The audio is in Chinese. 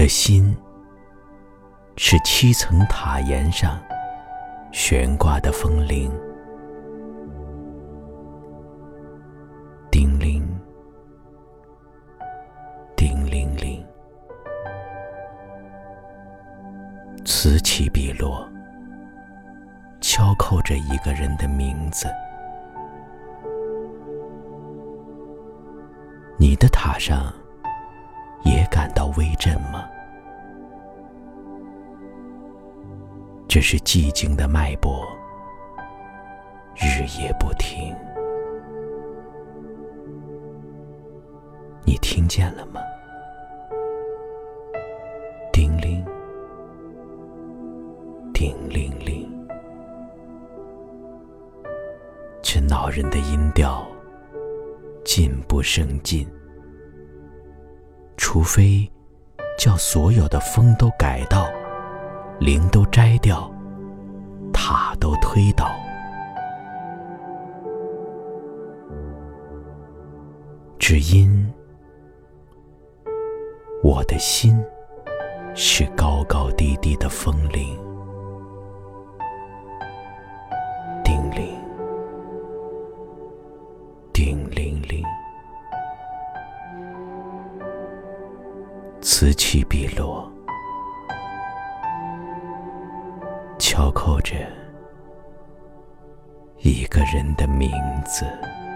的心是7层塔檐上悬挂的风铃，叮铃叮铃铃，此起彼落，敲扣着一个人的名字。你的塔上也感到微震吗？这是寂静的脉搏，日夜不停。你听见了吗？叮铃叮铃铃，这恼人的音调进不胜进，除非叫所有的风都改道，铃都摘掉，塔都推倒。只因我的心是高高低低的风铃，叮铃叮铃铃，此起彼落，敲扣着一个人的名字。